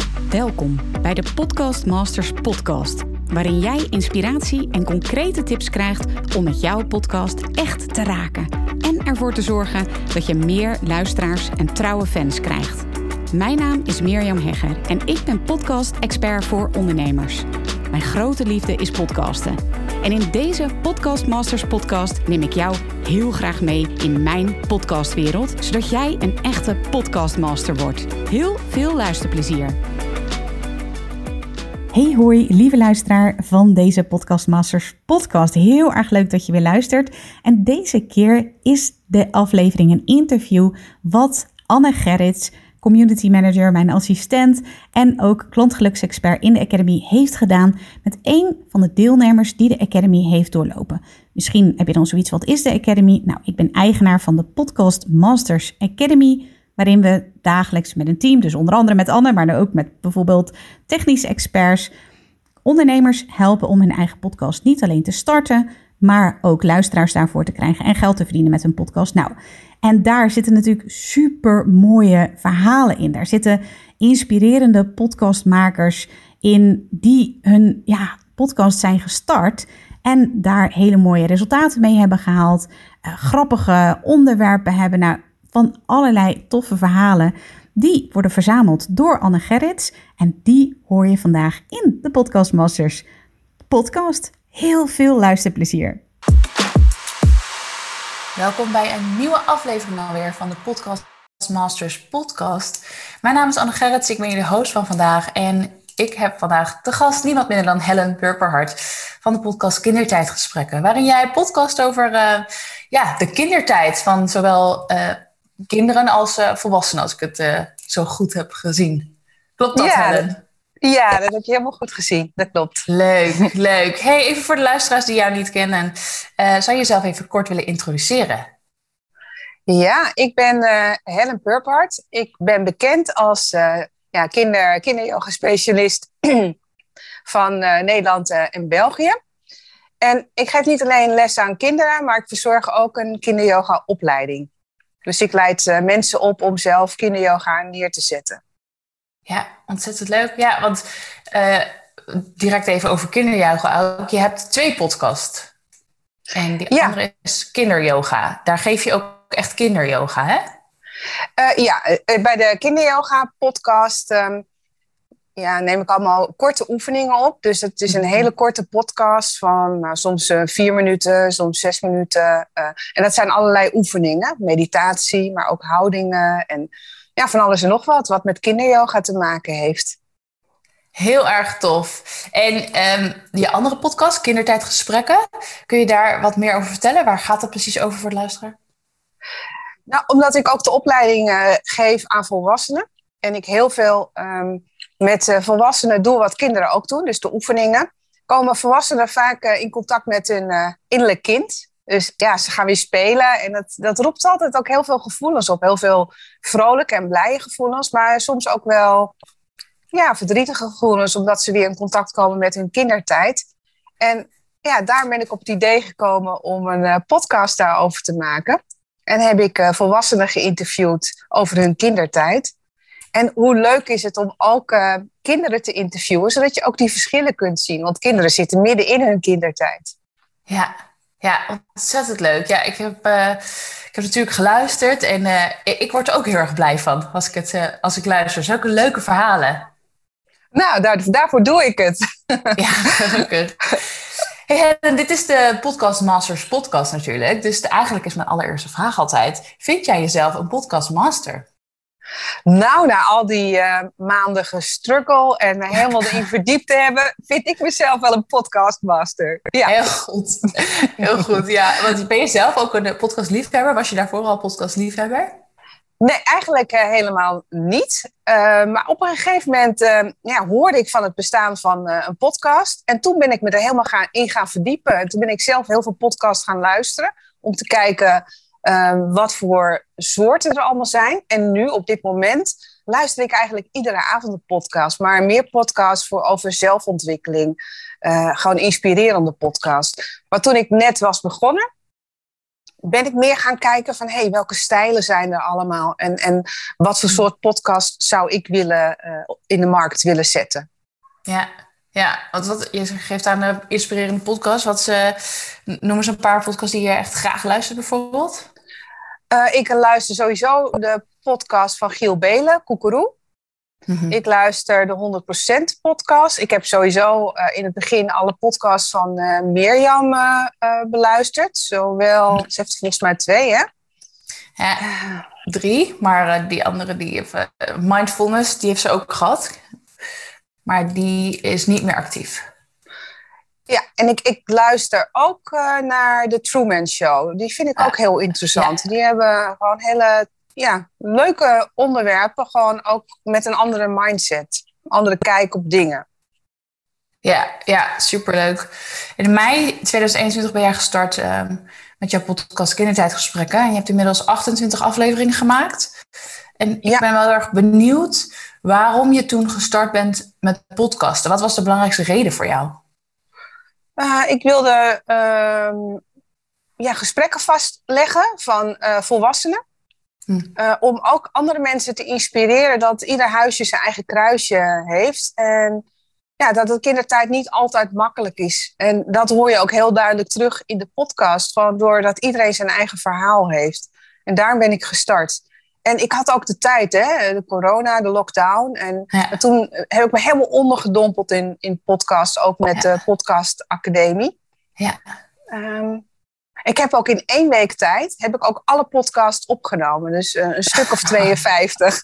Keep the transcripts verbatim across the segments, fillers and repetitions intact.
Welkom bij de Podcast Masters podcast, waarin jij inspiratie en concrete tips krijgt om met jouw podcast echt te raken en ervoor te zorgen dat je meer luisteraars en trouwe fans krijgt. Mijn naam is Mirjam Hegger en ik ben podcast-expert voor ondernemers. Mijn grote liefde is podcasten. En in deze Podcast Masters podcast neem ik jou heel graag mee in mijn podcastwereld, zodat jij een echte podcastmaster wordt. Heel veel luisterplezier. Hey hoi, lieve luisteraar van deze Podcast Masters podcast. Heel erg leuk dat je weer luistert. En deze keer is de aflevering een interview wat Anne Gerrits, community manager, mijn assistent en ook klantgeluksexpert in de Academy heeft gedaan met één van de deelnemers die de Academy heeft doorlopen. Misschien heb je dan zoiets, wat is de Academy? Nou, ik ben eigenaar van de Podcast Masters Academy, waarin we dagelijks met een team, dus onder andere met Anne, maar ook met bijvoorbeeld technische experts, ondernemers helpen om hun eigen podcast niet alleen te starten, maar ook luisteraars daarvoor te krijgen en geld te verdienen met hun podcast. Nou, en daar zitten natuurlijk super mooie verhalen in. Daar zitten inspirerende podcastmakers in die hun ja, podcast zijn gestart en daar hele mooie resultaten mee hebben gehaald. Uh, grappige onderwerpen hebben. Nou, van allerlei toffe verhalen. Die worden verzameld door Anne Gerrits. En die hoor je vandaag in de Podcast Masters podcast. Heel veel luisterplezier. Welkom bij een nieuwe aflevering alweer van de Podcast Masters podcast. Mijn naam is Anne Gerrits, ik ben jullie host van vandaag. En ik heb vandaag te gast niemand minder dan Helen Purperhart van de podcast Kindertijdgesprekken. Waarin jij podcast over uh, ja, de kindertijd van zowel uh, kinderen als uh, volwassenen, als ik het uh, zo goed heb gezien. Klopt dat, ja, Helen? Ja, dat heb je helemaal goed gezien. Dat klopt. Leuk, leuk. Hey, even voor de luisteraars die jou niet kennen. Uh, zou je jezelf even kort willen introduceren? Ja, ik ben uh, Helen Purperhart. Ik ben bekend als uh, ja, kinder, kinderyoga-specialist van uh, Nederland uh, en België. En ik geef niet alleen les aan kinderen, maar ik verzorg ook een kinderyoga-opleiding. Dus ik leid uh, mensen op om zelf kinderyoga neer te zetten. Ja, ontzettend leuk. Ja, want uh, direct even over kinderyoga ook. Je hebt twee podcasts. En die ja. andere is kinderyoga. Daar geef je ook echt kinderyoga, hè? Uh, ja, bij de kinderyoga podcast um, ja, neem ik allemaal korte oefeningen op. Dus het is een hele korte podcast van nou, soms uh, vier minuten, soms zes minuten. Uh, en dat zijn allerlei oefeningen. Meditatie, maar ook houdingen en ja, van alles en nog wat, wat met kinderyoga te maken heeft. Heel erg tof. En um, die andere podcast, Kindertijdgesprekken, kun je daar wat meer over vertellen? Waar gaat het precies over voor de luisteraar? Nou, omdat ik ook de opleiding uh, geef aan volwassenen. En ik heel veel um, met uh, volwassenen doe wat kinderen ook doen, dus de oefeningen. Komen volwassenen vaak uh, in contact met hun uh, innerlijk kind. Dus ja, ze gaan weer spelen en dat, dat roept altijd ook heel veel gevoelens op. Heel veel vrolijke en blije gevoelens, maar soms ook wel ja, verdrietige gevoelens, omdat ze weer in contact komen met hun kindertijd. En ja, daar ben ik op het idee gekomen om een uh, podcast daarover te maken. En heb ik uh, volwassenen geïnterviewd over hun kindertijd. En hoe leuk is het om ook uh, kinderen te interviewen, zodat je ook die verschillen kunt zien. Want kinderen zitten midden in hun kindertijd. Ja. Ja, ontzettend leuk. Ja, ik heb, uh, ik heb natuurlijk geluisterd en uh, ik, ik word er ook heel erg blij van als ik, het, uh, als ik luister. Zulke leuke verhalen. Nou, daar, daarvoor doe ik het. Ja, gelukkig. Hey Helen, dit is de Podcast Masters podcast natuurlijk. Dus de, eigenlijk is mijn allereerste vraag altijd: vind jij jezelf een podcastmaster? Nou, na al die uh, maanden gestruggle en me helemaal erin verdiept te hebben, vind ik mezelf wel een podcastmaster. Ja. Heel goed. Heel goed, ja. Want ben je zelf ook een podcastliefhebber? Was je daarvoor al podcastliefhebber? Nee, eigenlijk uh, helemaal niet. Uh, maar op een gegeven moment uh, ja, hoorde ik van het bestaan van uh, een podcast. En toen ben ik me er helemaal gaan, in gaan verdiepen. En toen ben ik zelf heel veel podcasts gaan luisteren om te kijken Uh, wat voor soorten er allemaal zijn. En nu, op dit moment, luister ik eigenlijk iedere avond een podcast. Maar meer podcasts voor over zelfontwikkeling. Uh, gewoon inspirerende podcast. Maar toen ik net was begonnen, ben ik meer gaan kijken van, hey, welke stijlen zijn er allemaal? En, en wat voor soort podcast zou ik willen, uh, in de markt willen zetten? Ja, ja, want wat, je geeft aan een inspirerende podcast. Wat ze, noem eens een paar podcasts die je echt graag luistert bijvoorbeeld. Uh, ik luister sowieso de podcast van Giel Belen, Koekeroe. Mm-hmm. Ik luister de honderd procent podcast. Ik heb sowieso uh, in het begin alle podcasts van uh, Mirjam uh, uh, beluisterd. Zowel, ze heeft volgens mij twee, hè? Ja, drie. Maar uh, die andere, die heeft, uh, Mindfulness, die heeft ze ook gehad. Maar die is niet meer actief. Ja, en ik, ik luister ook uh, naar de Truman Show. Die vind ik ah, ook heel interessant. Ja. Die hebben gewoon hele ja, leuke onderwerpen. Gewoon ook met een andere mindset. Een andere kijk op dingen. Ja, ja, superleuk. In mei tweeduizend eenentwintig ben jij gestart um, met jouw podcast Kindertijdgesprekken. En je hebt inmiddels achtentwintig afleveringen gemaakt. En ik ja. ben wel heel erg benieuwd waarom je toen gestart bent met podcasten. Wat was de belangrijkste reden voor jou? Uh, ik wilde uh, ja, gesprekken vastleggen van uh, volwassenen. Hm. Uh, om ook andere mensen te inspireren dat ieder huisje zijn eigen kruisje heeft. En ja, dat het kindertijd niet altijd makkelijk is. En dat hoor je ook heel duidelijk terug in de podcast. Gewoon doordat iedereen zijn eigen verhaal heeft. En daarom ben ik gestart. En ik had ook de tijd, hè? De corona, de lockdown. En ja. toen heb ik me helemaal ondergedompeld in, in podcasts. Ook met ja. de Podcast Academie. Ja. Um, ik heb ook in één week tijd heb ik ook alle podcasts opgenomen. Dus uh, een stuk of tweeënvijftig.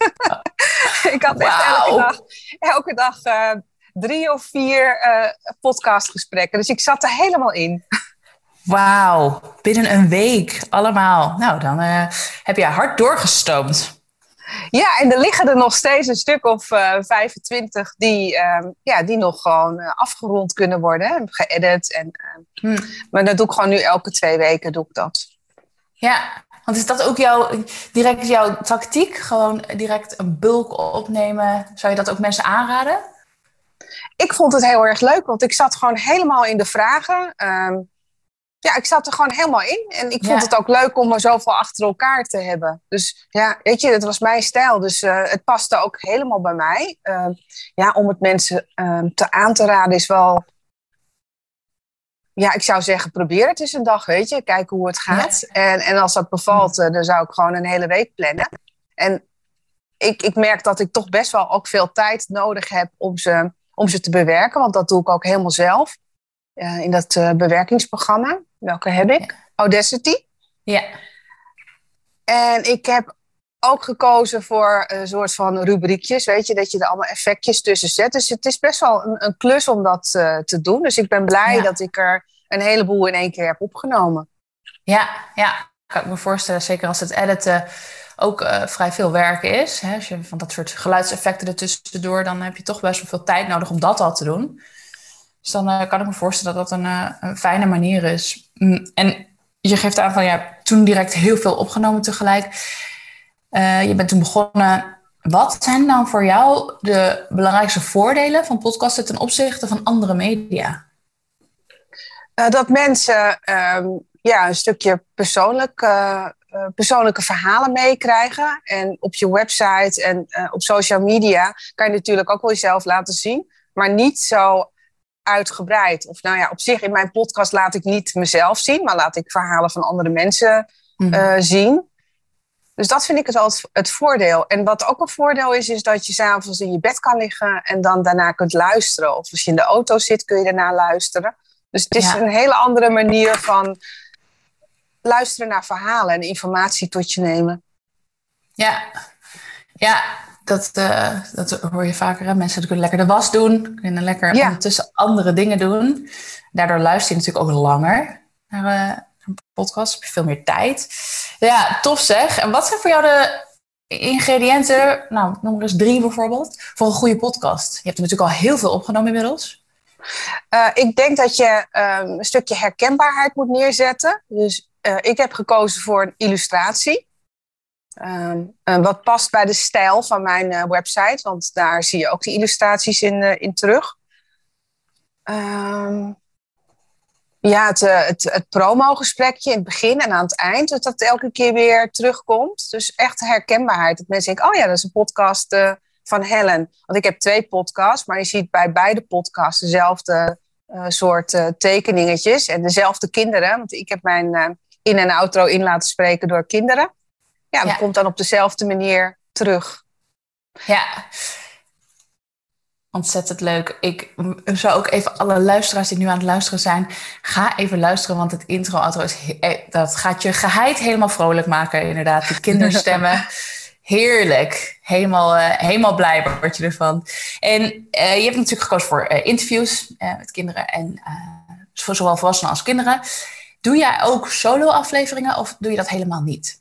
Ik had echt wow. elke dag, elke dag uh, drie of vier uh, podcastgesprekken. Dus ik zat er helemaal in. Wauw, binnen een week allemaal. Nou, dan uh, heb je hard doorgestoomd. Ja, en er liggen er nog steeds een stuk of uh, vijfentwintig die, uh, ja, die nog gewoon uh, afgerond kunnen worden. Geëdit. En, uh, hmm. Maar dat doe ik gewoon nu elke twee weken doe ik dat. Ja, want is dat ook jouw, direct jouw tactiek? Gewoon direct een bulk opnemen. Zou je dat ook mensen aanraden? Ik vond het heel erg leuk, want ik zat gewoon helemaal in de vragen. Um, Ja, ik zat er gewoon helemaal in. En ik vond ja. het ook leuk om er zoveel achter elkaar te hebben. Dus ja, weet je, dat was mijn stijl. Dus uh, het paste ook helemaal bij mij. Uh, ja, om het mensen uh, te aan te raden is wel... Ja, ik zou zeggen, probeer het eens een dag, weet je. Kijken hoe het gaat. Ja. En, en als dat bevalt, uh, dan zou ik gewoon een hele week plannen. En ik, ik merk dat ik toch best wel ook veel tijd nodig heb om ze, om ze te bewerken. Want dat doe ik ook helemaal zelf. Uh, in dat uh, bewerkingsprogramma. Welke heb ik? Ja. Audacity. Ja. En ik heb ook gekozen voor een soort van rubriekjes. Weet je, dat je er allemaal effectjes tussen zet. Dus het is best wel een, een klus om dat uh, te doen. Dus ik ben blij ja. dat ik er een heleboel in één keer heb opgenomen. Ja, ja. Kan ik me voorstellen. Zeker als het editen ook uh, vrij veel werken is. Hè? Als je van dat soort geluidseffecten ertussendoor, dan heb je toch best wel veel tijd nodig om dat al te doen. Dus dan uh, kan ik me voorstellen dat dat een, uh, een fijne manier is. Mm, en je geeft aan van, ja, toen direct heel veel opgenomen tegelijk. Uh, je bent toen begonnen. Wat zijn dan voor jou de belangrijkste voordelen van podcasten ten opzichte van andere media? Uh, dat mensen um, ja, een stukje persoonlijk, uh, uh, persoonlijke verhalen meekrijgen. En op je website en uh, op social media kan je natuurlijk ook wel jezelf laten zien. Maar niet zo uitgebreid. Of nou ja, op zich in mijn podcast laat ik niet mezelf zien, maar laat ik verhalen van andere mensen uh, mm-hmm. zien. Dus dat vind ik het altijd het voordeel. En wat ook een voordeel is, is dat je 's avonds in je bed kan liggen en dan daarna kunt luisteren. Of als je in de auto zit, kun je daarna luisteren. Dus het is ja. een hele andere manier van luisteren naar verhalen en informatie tot je nemen. Ja, ja. Dat, uh, dat hoor je vaker. Hè? Mensen kunnen lekker de was doen. Kunnen lekker ja. ondertussen andere dingen doen. Daardoor luister je natuurlijk ook langer naar uh, een podcast. Heb je veel meer tijd. Ja, tof zeg. En wat zijn voor jou de ingrediënten? Nou, noem er eens drie bijvoorbeeld. Voor een goede podcast. Je hebt er natuurlijk al heel veel opgenomen inmiddels. Uh, ik denk dat je um, een stukje herkenbaarheid moet neerzetten. Dus uh, ik heb gekozen voor een illustratie. Um, uh, wat past bij de stijl van mijn uh, website. Want daar zie je ook die illustraties in, uh, in terug. Um, Ja, het, uh, het, het promo-gesprekje in het begin en aan het eind, dat dat elke keer weer terugkomt. Dus echt herkenbaarheid. Dat mensen denken, oh ja, dat is een podcast uh, van Helen. Want ik heb twee podcasts, maar je ziet bij beide podcasts dezelfde uh, soort uh, tekeningetjes en dezelfde kinderen. Want ik heb mijn uh, in- en outro in laten spreken door kinderen. Ja, dat ja. komt dan op dezelfde manier terug. Ja, ontzettend leuk. Ik zou ook even alle luisteraars die nu aan het luisteren zijn, ga even luisteren, want het intro-outro is dat gaat je geheid helemaal vrolijk maken. Inderdaad, die kinderstemmen. Heerlijk. Helemaal, uh, helemaal blij word je ervan. En uh, je hebt natuurlijk gekozen voor uh, interviews uh, met kinderen en uh, voor zowel volwassenen als kinderen. Doe jij ook solo-afleveringen of doe je dat helemaal niet?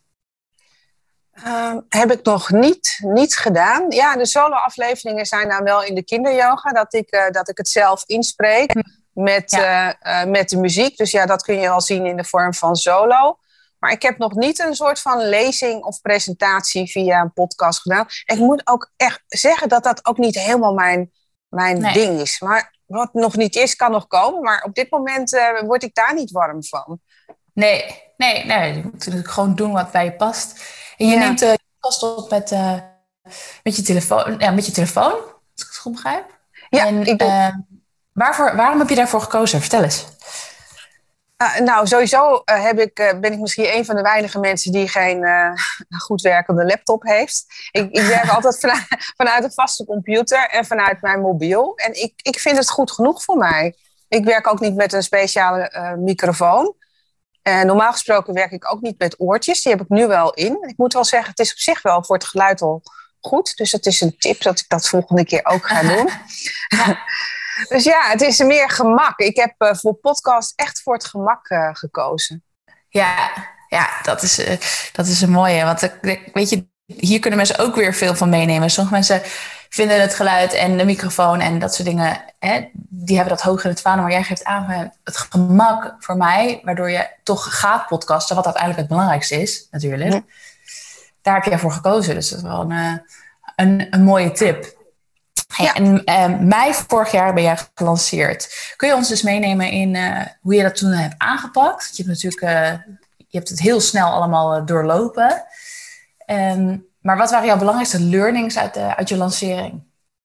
Uh, heb ik nog niet, niet gedaan. Ja, de solo-afleveringen zijn dan wel in de kinderyoga, dat ik, uh, dat ik het zelf inspreek met, ja. uh, uh, met de muziek. Dus ja, dat kun je al zien in de vorm van solo. Maar ik heb nog niet een soort van lezing of presentatie via een podcast gedaan. En ik moet ook echt zeggen dat dat ook niet helemaal mijn, mijn nee. ding is. Maar wat nog niet is, kan nog komen. Maar op dit moment uh, word ik daar niet warm van. Nee, nee, nee. Je moet natuurlijk gewoon doen wat bij je past. En je ja. neemt de podcast op met, uh, met, je telefoon, ja, met je telefoon, als ik het goed begrijp. Ja, en, ik doe... uh, waarvoor, waarom heb je daarvoor gekozen? Vertel eens. Uh, nou, sowieso uh, heb ik, uh, ben ik misschien een van de weinige mensen die geen uh, goed werkende laptop heeft. Ik, ik werk altijd vanuit, vanuit een vaste computer en vanuit mijn mobiel. En ik, ik vind het goed genoeg voor mij. Ik werk ook niet met een speciale uh, microfoon. Uh, normaal gesproken werk ik ook niet met oortjes. Die heb ik nu wel in. Ik moet wel zeggen, het is op zich wel voor het geluid al goed. Dus het is een tip dat ik dat volgende keer ook ga doen. Ja. Dus ja, het is meer gemak. Ik heb uh, voor podcast echt voor het gemak uh, gekozen. Ja, ja dat, is, uh, dat is een mooie. Want uh, weet je, hier kunnen mensen ook weer veel van meenemen. Sommige mensen vinden het geluid en de microfoon en dat soort dingen, hè, die hebben dat hoog in het vaandel. Maar jij geeft aan het gemak voor mij, waardoor je toch gaat podcasten, wat uiteindelijk het belangrijkste is, natuurlijk. Ja. Daar heb jij voor gekozen. Dus dat is wel een, een, een mooie tip. Hey, ja. En uh, mei vorig jaar ben jij gelanceerd. Kun je ons dus meenemen in uh, hoe je dat toen hebt aangepakt? Je hebt natuurlijk uh, je hebt het heel snel allemaal uh, doorlopen. Um, maar wat waren jouw belangrijkste learnings uit, de, uit je lancering?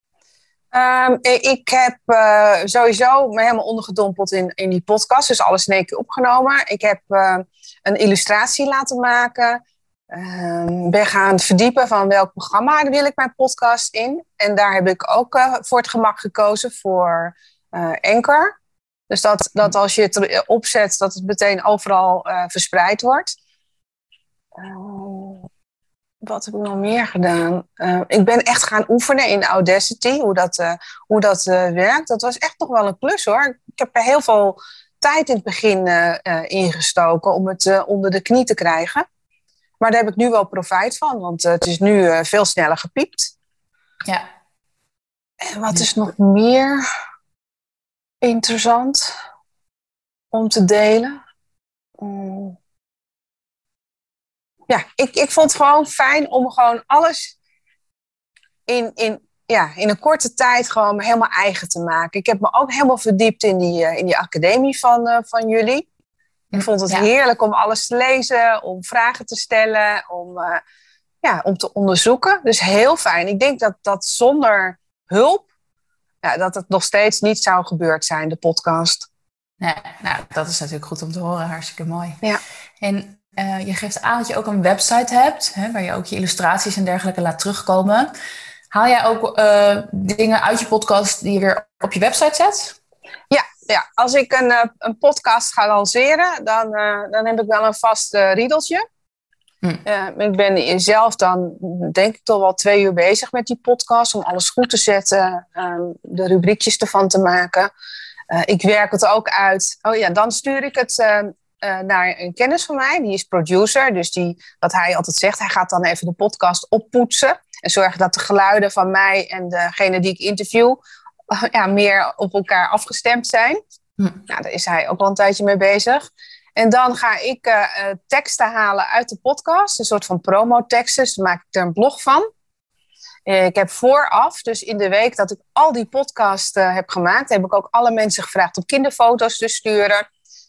Um, ik heb uh, sowieso me helemaal ondergedompeld in, in die podcast. Dus alles in één keer opgenomen. Ik heb uh, een illustratie laten maken. Um, ben gaan verdiepen van welk programma wil ik mijn podcast in. En daar heb ik ook uh, voor het gemak gekozen voor uh, Anchor. Dus dat, dat als je het opzet, dat het meteen overal uh, verspreid wordt. Uh, wat heb ik nog meer gedaan? Uh, ik ben echt gaan oefenen in Audacity, hoe dat, uh, hoe dat uh, werkt. Dat was echt nog wel een klus hoor. Ik heb er heel veel tijd in het begin uh, uh, ingestoken om het uh, onder de knie te krijgen. Maar daar heb ik nu wel profijt van, want uh, het is nu uh, veel sneller gepiept. Ja. En wat is nog meer interessant om te delen? Um, ja, ik, ik vond het gewoon fijn om gewoon alles in, in, ja, in een korte tijd gewoon helemaal eigen te maken. Ik heb me ook helemaal verdiept in die, uh, in die academie van, uh, van jullie. Ik vond het ja. heerlijk om alles te lezen, om vragen te stellen, om, uh, ja, om te onderzoeken. Dus heel fijn. Ik denk dat dat zonder hulp, ja, dat het nog steeds niet zou gebeurd zijn, de podcast. Nee, nou, dat is natuurlijk goed om te horen. Hartstikke mooi. Ja. En uh, je geeft aan dat je ook een website hebt, hè, waar je ook je illustraties en dergelijke laat terugkomen. Haal jij ook uh, dingen uit je podcast die je weer op je website zet? Ja, ja. Als ik een, uh, een podcast ga lanceren, dan, uh, dan heb ik wel een vast uh, riedeltje. Hm. Uh, ik ben zelf dan, denk ik, toch wel twee uur bezig met die podcast, om alles goed te zetten, um, de rubriekjes ervan te maken. Uh, ik werk het ook uit. Oh ja, dan stuur ik het uh, uh, naar een kennis van mij, die is producer. Dus die, wat hij altijd zegt, hij gaat dan even de podcast oppoetsen en zorgen dat de geluiden van mij en degene die ik interview uh, ja, meer op elkaar afgestemd zijn. Hm. Nou, daar is hij ook wel een tijdje mee bezig. En dan ga ik uh, uh, teksten halen uit de podcast, een soort van promoteksten. Dus dan maak ik er een blog van. Uh, ik heb vooraf, dus in de week dat ik al die podcasts uh, heb gemaakt, heb ik ook alle mensen gevraagd om kinderfoto's te sturen.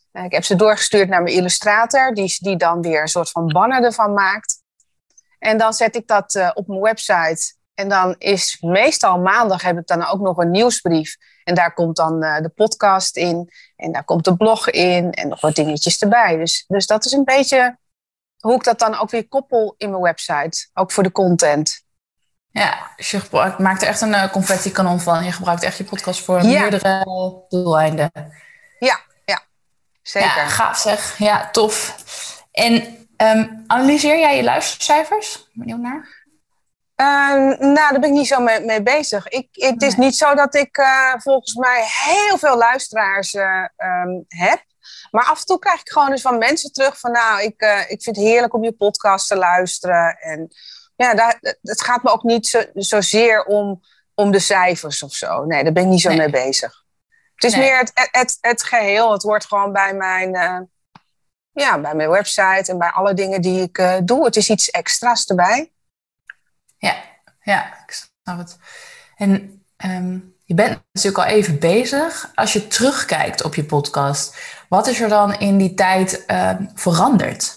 Uh, ik heb ze doorgestuurd naar mijn illustrator, die, die dan weer een soort van banner ervan maakt. En dan zet ik dat uh, op mijn website. En dan is meestal maandag heb ik dan ook nog een nieuwsbrief. En daar komt dan uh, de podcast in. En daar komt de blog in. En nog wat dingetjes erbij. Dus, dus dat is een beetje hoe ik dat dan ook weer koppel in mijn website. Ook voor de content. Ja, dus je gebruikt, maakt er echt een uh, confetti-kanon van. Je gebruikt echt je podcast voor ja. meerdere doeleinden. Ja, ja, zeker. Ja, gaaf zeg. Ja, tof. En um, analyseer jij je luistercijfers? Benieuwd naar? Uh, nou, daar ben ik niet zo mee, mee bezig. Ik, het nee. is niet zo dat ik uh, volgens mij heel veel luisteraars uh, um, heb. Maar af en toe krijg ik gewoon eens van mensen terug van... nou, ik, uh, ik vind het heerlijk om je podcast te luisteren. En ja, daar, het gaat me ook niet zo, zozeer om, om de cijfers of zo. Nee, daar ben ik niet zo nee. mee bezig. Het is nee. meer het, het, het geheel. Het hoort gewoon bij mijn, uh, ja, bij mijn website en bij alle dingen die ik uh, doe. Het is iets extra's erbij. Ja, ja, ik snap het. En um, je bent natuurlijk al even bezig. Als je terugkijkt op je podcast, wat is er dan in die tijd uh, veranderd?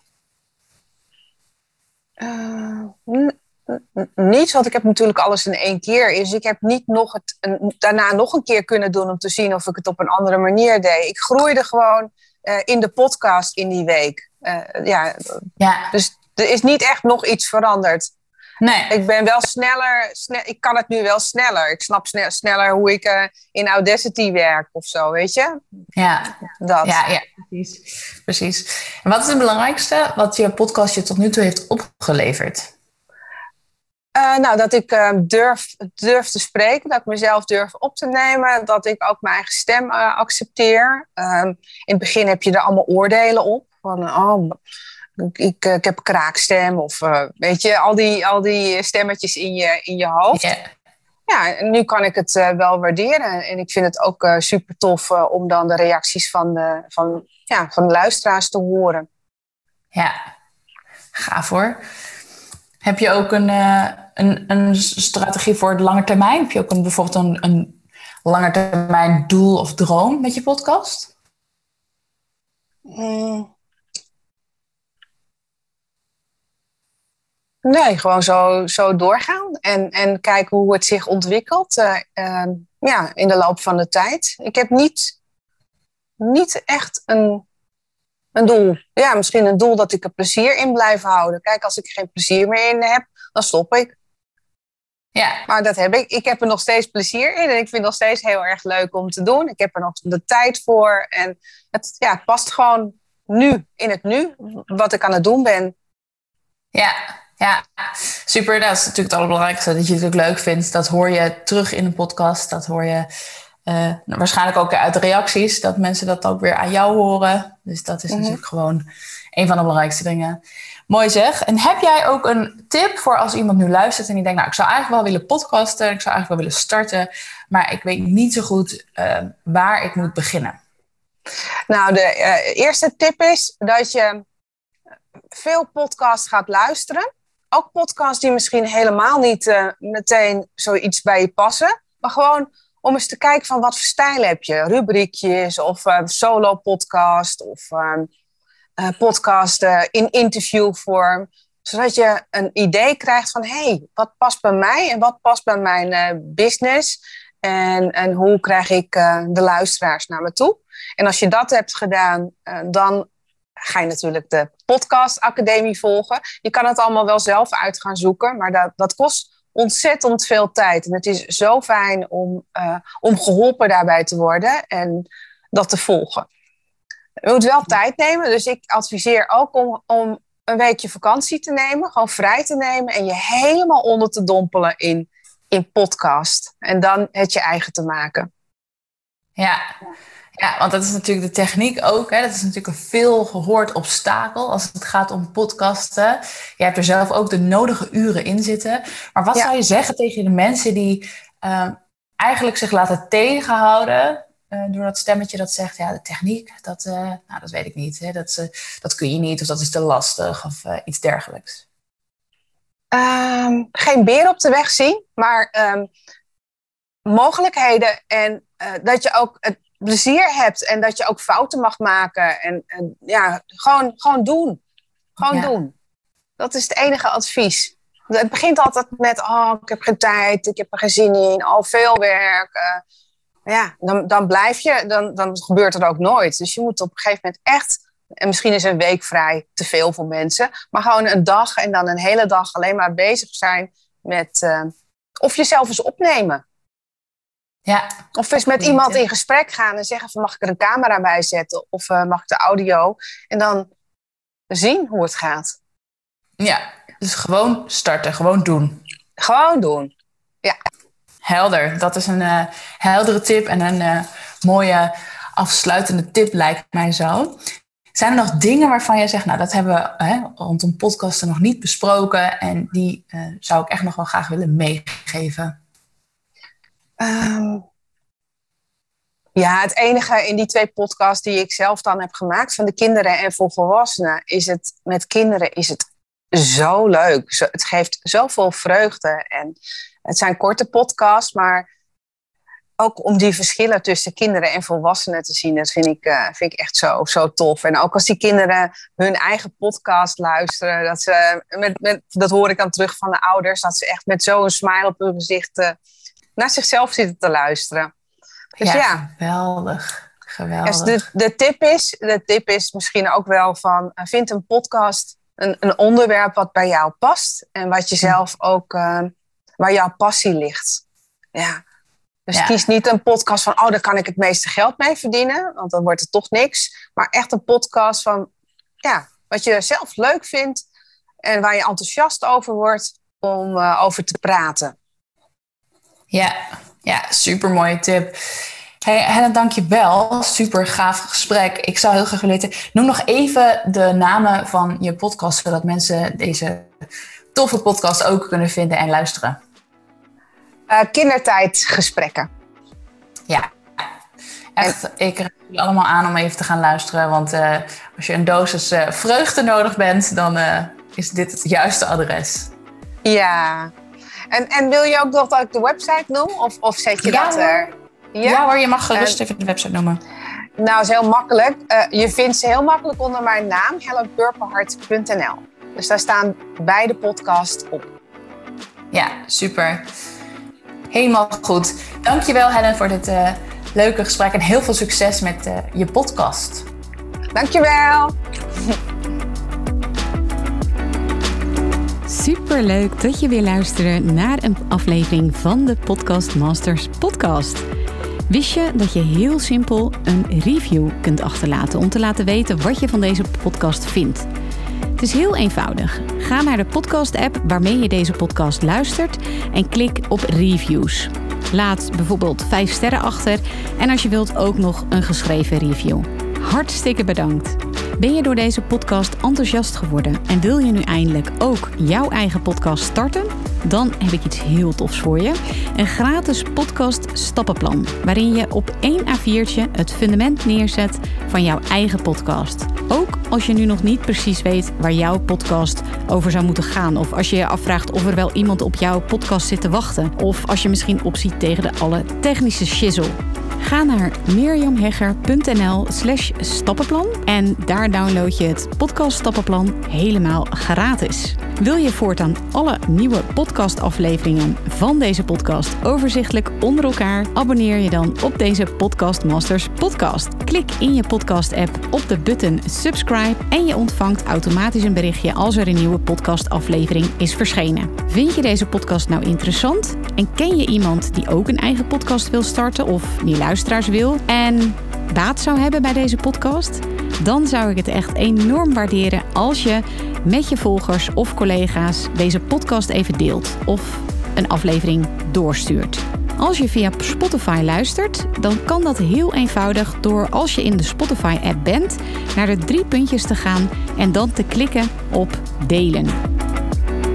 Uh, n- n- niets, want ik heb natuurlijk alles in één keer. Dus ik heb niet nog het een, daarna nog een keer kunnen doen om te zien of ik het op een andere manier deed. Ik groeide gewoon uh, in de podcast in die week. Uh, ja, ja. Dus er is niet echt nog iets veranderd. Nee. Ik ben wel sneller, snel, ik kan het nu wel sneller. Ik snap snel, sneller hoe ik uh, in Audacity werk of zo, weet je? Ja, dat. Ja, ja precies. precies. En wat is het belangrijkste wat je podcast je tot nu toe heeft opgeleverd? Uh, nou, dat ik uh, durf, durf te spreken, dat ik mezelf durf op te nemen, dat ik ook mijn eigen stem uh, accepteer. Um, in het begin heb je er allemaal oordelen op, van oh... Ik, ik, ik heb een kraakstem of uh, weet je, al die, al die stemmetjes in je, in je hoofd. Yeah. Ja, en nu kan ik het uh, wel waarderen. En ik vind het ook uh, super tof uh, om dan de reacties van de, van, ja, van de luisteraars te horen. Ja, gaaf hoor. Heb je ook een, uh, een, een strategie voor de lange termijn? Heb je ook een, bijvoorbeeld een, een lange termijn doel of droom met je podcast? Mm. Nee, gewoon zo, zo doorgaan en, en kijken hoe het zich ontwikkelt uh, uh, ja, in de loop van de tijd. Ik heb niet, niet echt een, een doel. Ja, misschien een doel dat ik er plezier in blijf houden. Kijk, als ik geen plezier meer in heb, dan stop ik. Ja. Maar dat heb ik. Ik heb er nog steeds plezier in en ik vind het nog steeds heel erg leuk om te doen. Ik heb er nog de tijd voor en het, ja, het past gewoon nu, in het nu, wat ik aan het doen ben. Ja. Ja, super. Dat is natuurlijk het allerbelangrijkste. Dat je het ook leuk vindt. Dat hoor je terug in de podcast. Dat hoor je uh, waarschijnlijk ook uit de reacties. Dat mensen dat ook weer aan jou horen. Dus dat is mm-hmm. natuurlijk gewoon een van de belangrijkste dingen. Mooi zeg. En heb jij ook een tip voor als iemand nu luistert en die denkt... nou, ik zou eigenlijk wel willen podcasten. Ik zou eigenlijk wel willen starten. Maar ik weet niet zo goed uh, waar ik moet beginnen. Nou, de uh, eerste tip is dat je veel podcasts gaat luisteren. Ook podcasts die misschien helemaal niet uh, meteen zoiets bij je passen. Maar gewoon om eens te kijken van wat voor stijl heb je. Rubriekjes of uh, solo podcast of uh, uh, podcast uh, in interviewvorm. Zodat je een idee krijgt van hé, hey, wat past bij mij en wat past bij mijn uh, business. En, en hoe krijg ik uh, de luisteraars naar me toe. En als je dat hebt gedaan, uh, dan ga je natuurlijk de Podcast Academie volgen. Je kan het allemaal wel zelf uit gaan zoeken, maar dat, dat kost ontzettend veel tijd. En het is zo fijn om, uh, om geholpen daarbij te worden en dat te volgen. Je moet wel tijd nemen, dus ik adviseer ook om, om een weekje vakantie te nemen, gewoon vrij te nemen en je helemaal onder te dompelen in, in podcast. En dan het je eigen te maken. Ja. Ja, want dat is natuurlijk de techniek ook. Hè? Dat is natuurlijk een veel gehoord obstakel als het gaat om podcasten. Je hebt er zelf ook de nodige uren in zitten. Maar wat ja. zou je zeggen tegen de mensen die uh, eigenlijk zich laten tegenhouden uh, door dat stemmetje dat zegt, ja, de techniek, dat, uh, nou, dat weet ik niet. Hè? Dat, uh, dat kun je niet of dat is te lastig of uh, iets dergelijks. Um, geen beer op de weg zien, maar um, mogelijkheden en uh, dat je ook het plezier hebt en dat je ook fouten mag maken. En, en ja, gewoon, gewoon doen. Gewoon ja. doen. Dat is het enige advies. Het begint altijd met, oh, ik heb geen tijd, ik heb er geen zin in, oh, veel werk. Uh, ja, dan, dan blijf je, dan, dan gebeurt het ook nooit. Dus je moet op een gegeven moment echt, en misschien is een week vrij te veel voor mensen, maar gewoon een dag en dan een hele dag alleen maar bezig zijn met, uh, of jezelf eens opnemen. Ja. Of eens met iemand in gesprek gaan en zeggen van, mag ik er een camera bij zetten? Of uh, mag ik de audio? En dan zien hoe het gaat. Ja, dus gewoon starten, gewoon doen. Gewoon doen, ja. Helder, dat is een uh, heldere tip en een uh, mooie afsluitende tip lijkt mij zo. Zijn er nog dingen waarvan je zegt, nou dat hebben we hè, rondom podcasten nog niet besproken en die uh, zou ik echt nog wel graag willen meegeven? Um, ja, het enige in die twee podcasts die ik zelf dan heb gemaakt van de kinderen en voor volwassenen, is het met kinderen is het zo leuk. Zo, het geeft zoveel vreugde en het zijn korte podcasts, maar ook om die verschillen tussen kinderen en volwassenen te zien, dat vind ik, uh, vind ik echt zo, zo tof. En ook als die kinderen hun eigen podcast luisteren, dat, ze met, met, dat hoor ik dan terug van de ouders, dat ze echt met zo'n smile op hun gezicht uh, naar zichzelf zitten te luisteren. Dus ja, ja. geweldig. geweldig. Dus de, de, tip is, de tip is misschien ook wel van, uh, vind een podcast een, een onderwerp wat bij jou past en wat je zelf ook, uh, waar jouw passie ligt. Ja. Dus ja. kies niet een podcast van, oh, daar kan ik het meeste geld mee verdienen, want dan wordt het toch niks. Maar echt een podcast van, ja, wat je zelf leuk vindt en waar je enthousiast over wordt om uh, over te praten. Ja, ja, super mooie tip. Hey, Helen, dank je wel. Super gaaf gesprek. Ik zou heel graag willen weten, noem nog even de namen van je podcast, zodat mensen deze toffe podcast ook kunnen vinden en luisteren. Uh, kindertijdgesprekken. Ja, echt. En ik raad jullie allemaal aan om even te gaan luisteren. Want uh, als je een dosis uh, vreugde nodig bent, dan uh, is dit het juiste adres. Ja. En, en wil je ook nog dat ik de website noem? Of, of zet je ja, dat er? Ja, ja hoor, je mag gerust uh, even de website noemen. Nou, is heel makkelijk. Uh, je vindt ze heel makkelijk onder mijn naam, helen purperhart punt n l. Dus daar staan beide podcasts op. Ja, super. Helemaal goed. Dankjewel Helen voor dit uh, leuke gesprek en heel veel succes met uh, je podcast. Dankjewel. Superleuk dat je weer luisterde naar een aflevering van de Podcast Masters podcast. Wist je dat je heel simpel een review kunt achterlaten om te laten weten wat je van deze podcast vindt? Het is heel eenvoudig. Ga naar de podcast-app waarmee je deze podcast luistert en klik op reviews. Laat bijvoorbeeld vijf sterren achter en als je wilt ook nog een geschreven review. Hartstikke bedankt. Ben je door deze podcast enthousiast geworden en wil je nu eindelijk ook jouw eigen podcast starten? Dan heb ik iets heel tofs voor je. Een gratis podcast stappenplan, waarin je op één A viertje het fundament neerzet van jouw eigen podcast. Ook als je nu nog niet precies weet waar jouw podcast over zou moeten gaan. Of als je je afvraagt of er wel iemand op jouw podcast zit te wachten. Of als je misschien opziet tegen de alle technische shizzle. Ga naar mirjamhegger.nl slash stappenplan en daar download je het podcast stappenplan helemaal gratis. Wil je voortaan alle nieuwe podcastafleveringen van deze podcast overzichtelijk onder elkaar? Abonneer je dan op deze Podcast Masters podcast. Klik in je podcast app op de button subscribe en je ontvangt automatisch een berichtje als er een nieuwe podcastaflevering is verschenen. Vind je deze podcast nou interessant? En ken je iemand die ook een eigen podcast wil starten of die luisteraars wil en baat zou hebben bij deze podcast? Dan zou ik het echt enorm waarderen als je met je volgers of collega's deze podcast even deelt of een aflevering doorstuurt. Als je via Spotify luistert, dan kan dat heel eenvoudig door als je in de Spotify-app bent, naar de drie puntjes te gaan en dan te klikken op delen.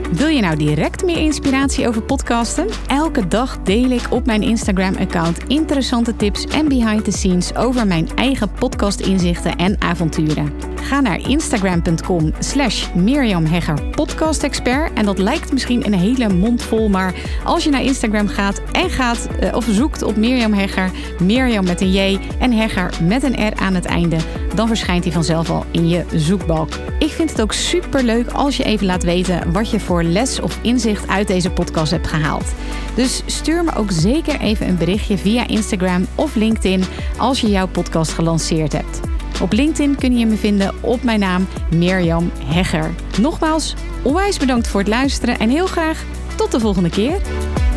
Wil je nou direct meer inspiratie over podcasten? Elke dag deel ik op mijn Instagram-account interessante tips en behind the scenes over mijn eigen podcastinzichten en avonturen. Ga naar instagram.com slash Mirjam Hegger podcastexpert. En dat lijkt misschien een hele mond vol, maar als je naar Instagram gaat en gaat uh, of zoekt op Mirjam Hegger, Mirjam met een J en Hegger met een R aan het einde, dan verschijnt hij vanzelf al in je zoekbalk. Ik vind het ook super leuk als je even laat weten wat je voor les of inzicht uit deze podcast hebt gehaald. Dus stuur me ook zeker even een berichtje via Instagram of LinkedIn als je jouw podcast gelanceerd hebt. Op LinkedIn kun je me vinden op mijn naam Mirjam Hegger. Nogmaals, onwijs bedankt voor het luisteren en heel graag tot de volgende keer.